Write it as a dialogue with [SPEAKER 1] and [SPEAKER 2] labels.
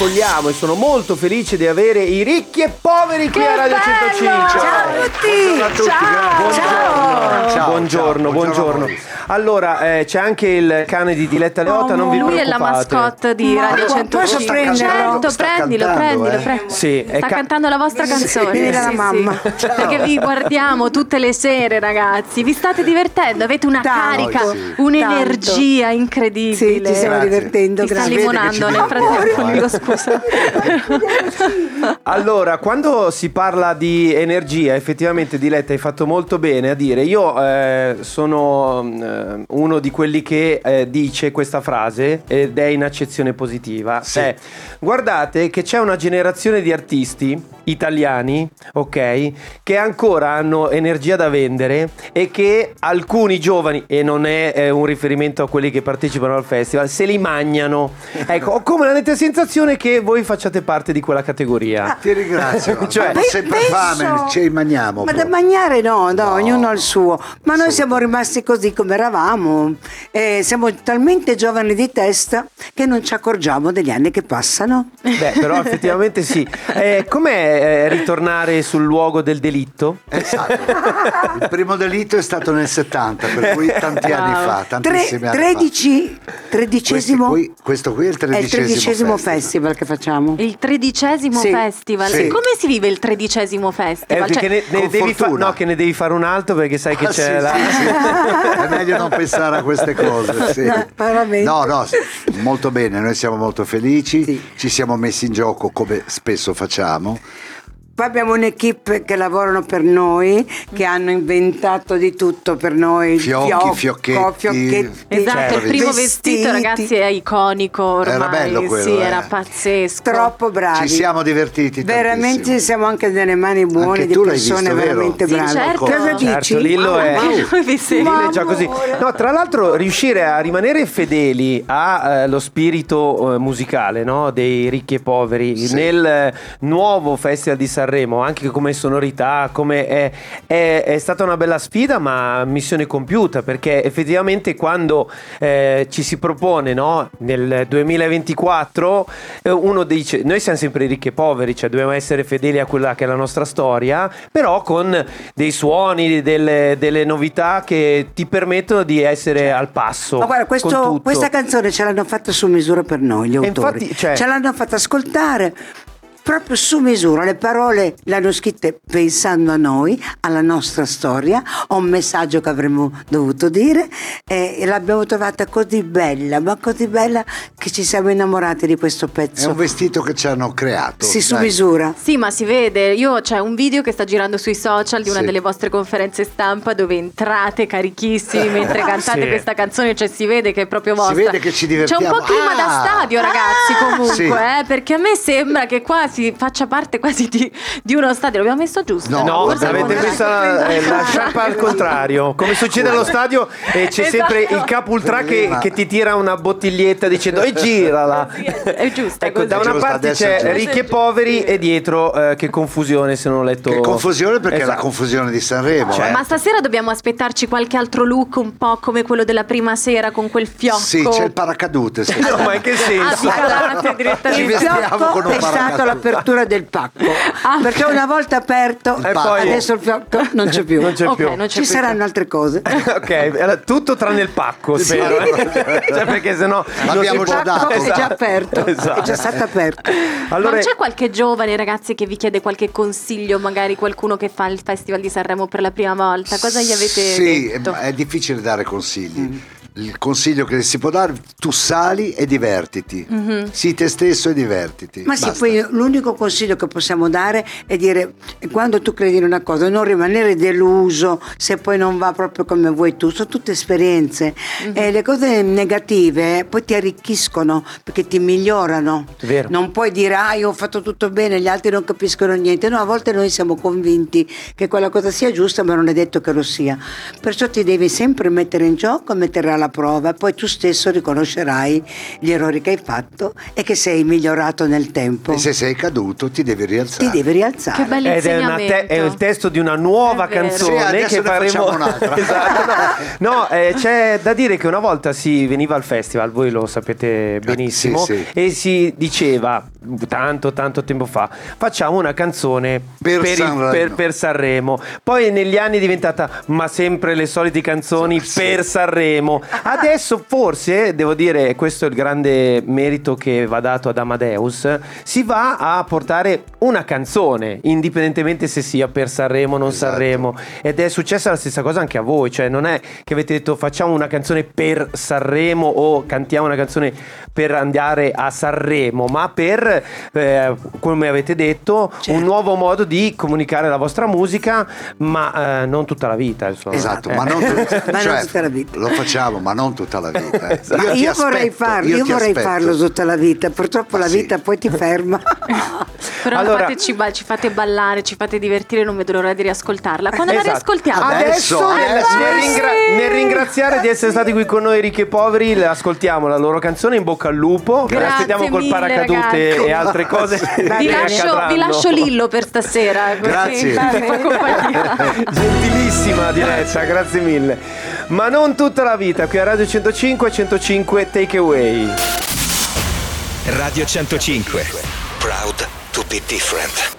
[SPEAKER 1] accogliamo e sono molto felice di avere i ricchi e poveri qui a Radio 105.
[SPEAKER 2] Ciao a tutti.
[SPEAKER 1] Ciao. Buongiorno. Allora, c'è anche il cane di Diletta Leotta, non vi
[SPEAKER 3] lui
[SPEAKER 1] preoccupate.
[SPEAKER 3] è la mascotte di Radio 105.
[SPEAKER 2] Posso prenderlo?
[SPEAKER 3] Certo, prendilo.
[SPEAKER 1] Sì,
[SPEAKER 3] sta cantando la vostra canzone.
[SPEAKER 2] la mamma.
[SPEAKER 3] Perché vi guardiamo tutte le sere, ragazzi. Vi state divertendo, avete una carica, un'energia incredibile.
[SPEAKER 2] Sì, ci stiamo divertendo.
[SPEAKER 3] Ti sta
[SPEAKER 2] grazie.
[SPEAKER 3] limonando nel frattempo, dico scusa.
[SPEAKER 1] Allora, quando si parla di energia, effettivamente Diletta hai fatto molto bene a dire. Io sono uno di quelli che dice questa frase ed è in accezione positiva.
[SPEAKER 4] Sì.
[SPEAKER 1] Guardate che c'è una generazione di artisti italiani, ok, che ancora hanno energia da vendere e che alcuni giovani, e non è un riferimento a quelli che partecipano al festival, se li mangiano. Ecco, ho come la sensazione che voi facciate parte di quella categoria.
[SPEAKER 4] Ti ringrazio.
[SPEAKER 1] Cioè,
[SPEAKER 4] Abbiamo sempre fame, ci rimaniamo.
[SPEAKER 2] Ma da mangiare no, ognuno ha il suo. Ma noi siamo rimasti così come eravamo. Siamo talmente giovani di testa che non ci accorgiamo degli anni che passano.
[SPEAKER 1] Beh, però effettivamente sì. Com'è ritornare sul luogo del delitto?
[SPEAKER 4] Esatto. Il primo delitto è stato nel 70, per cui tanti anni fa, tantissimi anni fa.
[SPEAKER 2] Tredicesimo.
[SPEAKER 4] Questo qui è il
[SPEAKER 2] È il 13° festival che facciamo.
[SPEAKER 3] Il 13°
[SPEAKER 2] Sì.
[SPEAKER 3] festival.
[SPEAKER 4] Sì.
[SPEAKER 3] Come si vive il 13° festival?
[SPEAKER 1] Perché ne
[SPEAKER 4] con
[SPEAKER 1] devi
[SPEAKER 4] fortuna.
[SPEAKER 1] che ne devi fare un altro perché sai che c'è
[SPEAKER 4] Sì. È meglio non pensare a queste cose. Sì.
[SPEAKER 2] No, veramente.
[SPEAKER 4] No, molto bene, noi siamo molto felici,
[SPEAKER 2] Sì.
[SPEAKER 4] ci siamo messi in gioco come spesso facciamo.
[SPEAKER 2] Poi abbiamo un'equipe che lavorano per noi, che hanno inventato di tutto per noi.
[SPEAKER 4] Fiocchetti.
[SPEAKER 3] Esatto, il primo
[SPEAKER 2] vestiti.
[SPEAKER 3] vestito, ragazzi, è iconico ormai.
[SPEAKER 4] Era bello quello,
[SPEAKER 3] sì, era pazzesco.
[SPEAKER 2] Troppo bravi.
[SPEAKER 4] Ci siamo divertiti
[SPEAKER 2] Veramente
[SPEAKER 4] tantissimo.
[SPEAKER 2] siamo anche nelle mani buone
[SPEAKER 4] Anche
[SPEAKER 2] di
[SPEAKER 4] tu l'hai
[SPEAKER 2] persone
[SPEAKER 4] visto, vero?
[SPEAKER 2] veramente
[SPEAKER 3] Sì,
[SPEAKER 2] brave.
[SPEAKER 3] certo.
[SPEAKER 2] Cosa dici?
[SPEAKER 1] Certo, Lillo è...
[SPEAKER 3] Lillo
[SPEAKER 1] è già così. No, tra l'altro riuscire a rimanere fedeli allo spirito musicale, no? Dei ricchi e poveri nel nuovo Festival di Sanremo, anche come sonorità, come è stata una bella sfida, ma missione compiuta, perché effettivamente quando ci si propone, no? Nel 2024 uno dice noi siamo sempre ricchi e poveri, cioè dobbiamo essere fedeli a quella che è la nostra storia, però con dei suoni, delle novità che ti permettono di essere al passo.
[SPEAKER 2] Ma guarda,
[SPEAKER 1] con tutto.
[SPEAKER 2] questa canzone ce l'hanno fatta su misura per noi, gli autori.
[SPEAKER 1] infatti, cioè-
[SPEAKER 2] ce l'hanno fatta ascoltare proprio su misura. Le parole le hanno scritte pensando a noi, alla nostra storia, a un messaggio che avremmo dovuto dire, e l'abbiamo trovata così bella, ma così bella che ci siamo innamorati di questo
[SPEAKER 4] È
[SPEAKER 2] pezzo.
[SPEAKER 4] un vestito che ci hanno creato.
[SPEAKER 2] Sì, su
[SPEAKER 4] dai.
[SPEAKER 2] misura.
[SPEAKER 3] Sì, ma si vede, c'è un video che sta girando sui social di una
[SPEAKER 4] Sì.
[SPEAKER 3] delle vostre conferenze stampa dove entrate carichissimi mentre cantate
[SPEAKER 1] Sì.
[SPEAKER 3] questa canzone, cioè si vede che è proprio vostra.
[SPEAKER 4] vede che ci divertiamo.
[SPEAKER 3] C'è un po' clima da stadio, ragazzi, comunque,
[SPEAKER 4] Sì.
[SPEAKER 3] perché a me sembra che qua si faccia parte quasi di uno stadio. L'abbiamo messo giusto?
[SPEAKER 4] No,
[SPEAKER 1] No, avete messo la sciarpa al contrario. Come succede allo stadio, c'è sempre il capo ultra che ti tira una bottiglietta dicendo e girala.
[SPEAKER 3] È giusta
[SPEAKER 1] Ecco,
[SPEAKER 3] così.
[SPEAKER 1] da una
[SPEAKER 4] Giusto,
[SPEAKER 1] parte
[SPEAKER 4] adesso è
[SPEAKER 1] c'è
[SPEAKER 4] giusto.
[SPEAKER 1] ricchi e poveri e dietro che confusione, se non ho letto.
[SPEAKER 4] Che confusione, perché è la
[SPEAKER 1] Esatto.
[SPEAKER 4] confusione di Sanremo.
[SPEAKER 1] Cioè,
[SPEAKER 4] eh.
[SPEAKER 3] Ma stasera dobbiamo aspettarci qualche altro look un po' come quello della prima sera con quel fiocco.
[SPEAKER 4] Sì, c'è il paracadute. Sì.
[SPEAKER 1] No, ma in che senso?
[SPEAKER 3] Calate
[SPEAKER 4] Ci
[SPEAKER 3] direttamente.
[SPEAKER 2] Il
[SPEAKER 4] vestiamo
[SPEAKER 2] fiocco
[SPEAKER 4] con un
[SPEAKER 2] è stato
[SPEAKER 4] paracadute.
[SPEAKER 2] l'apertura del pacco, perché una volta aperto
[SPEAKER 1] E poi-
[SPEAKER 2] adesso il fiocco non c'è più.
[SPEAKER 1] Non c'è
[SPEAKER 3] Ok,
[SPEAKER 1] più.
[SPEAKER 3] non c'è
[SPEAKER 2] Ci
[SPEAKER 3] più.
[SPEAKER 2] saranno altre cose.
[SPEAKER 1] Ok, allora, tutto tranne il pacco, spero. Cioè, perché sennò
[SPEAKER 4] L'abbiamo
[SPEAKER 1] non si
[SPEAKER 4] già
[SPEAKER 1] può-
[SPEAKER 4] dato.
[SPEAKER 2] È già aperto,
[SPEAKER 1] Esatto.
[SPEAKER 2] è già stato aperto.
[SPEAKER 1] Allora,
[SPEAKER 3] Non c'è qualche giovane, ragazzi, che vi chiede qualche consiglio, magari qualcuno che fa il Festival di Sanremo per la prima volta? Cosa gli avete
[SPEAKER 4] Sì,
[SPEAKER 3] detto?
[SPEAKER 4] è difficile dare consigli. Il consiglio che si può dare: tu sali e divertiti. Sii te stesso e divertiti.
[SPEAKER 2] Ma sì,
[SPEAKER 4] Basta.
[SPEAKER 2] poi l'unico consiglio che possiamo dare è dire, quando tu credi in una cosa, non rimanere deluso se poi non va proprio come vuoi tu. Sono tutte esperienze, e le cose negative poi ti arricchiscono perché ti migliorano.
[SPEAKER 1] Vero.
[SPEAKER 2] Non puoi dire io ho fatto tutto bene, gli altri non capiscono niente. No, a volte noi siamo convinti che quella cosa sia giusta, ma non è detto che lo sia. Perciò ti devi sempre mettere in gioco, mettere alla alla prova, poi tu stesso riconoscerai gli errori che hai fatto e che sei migliorato nel tempo.
[SPEAKER 4] E se sei caduto ti devi rialzare.
[SPEAKER 2] Ti devi rialzare.
[SPEAKER 3] Che bello
[SPEAKER 1] Ed è il testo di una nuova
[SPEAKER 3] È vero.
[SPEAKER 1] canzone
[SPEAKER 4] Sì, adesso
[SPEAKER 1] che
[SPEAKER 4] ne
[SPEAKER 1] faremo.
[SPEAKER 4] facciamo un'altra.
[SPEAKER 1] Esatto, no, c'è da dire che una volta si veniva al festival, voi lo sapete benissimo,
[SPEAKER 4] sì.
[SPEAKER 1] e si diceva tanto tempo fa, facciamo una canzone per Sanremo. Poi negli anni è diventata ma sempre le solite canzoni per Sanremo. Adesso forse, devo dire, questo è il grande merito che va dato ad Amadeus, si va a portare una canzone, indipendentemente se sia per Sanremo o non Sanremo, ed è successa la stessa cosa anche a voi, cioè non è che avete detto facciamo una canzone per Sanremo o cantiamo una canzone per andare a Sanremo, ma per, come avete detto, un nuovo modo di comunicare la vostra musica, ma non tutta la vita, insomma.
[SPEAKER 4] Esatto, ma non tutta la vita. Lo facciamo, ma non tutta la vita.
[SPEAKER 1] Esatto.
[SPEAKER 2] Io vorrei farlo tutta la vita, purtroppo la vita poi ti ferma.
[SPEAKER 3] Però
[SPEAKER 1] Allora,
[SPEAKER 3] ci fate ballare, ci fate divertire, non vedo l'ora di riascoltarla. Quando la riascoltiamo?
[SPEAKER 4] Adesso.
[SPEAKER 1] Nel ringraziare di essere stati qui con noi Ricchi e Poveri, le ascoltiamo la loro canzone, In bocca al lupo.
[SPEAKER 3] Grazie
[SPEAKER 1] Aspettiamo col
[SPEAKER 3] mille,
[SPEAKER 1] paracadute
[SPEAKER 3] ragazzi.
[SPEAKER 1] e altre cose.
[SPEAKER 3] Vi lascio Lillo per stasera.
[SPEAKER 4] Grazie.
[SPEAKER 3] Mi fa compagnia.
[SPEAKER 1] Gentilissima diretta, grazie mille. Ma non tutta la vita, qui a Radio 105 Take Away.
[SPEAKER 5] Radio 105. Proud to be different.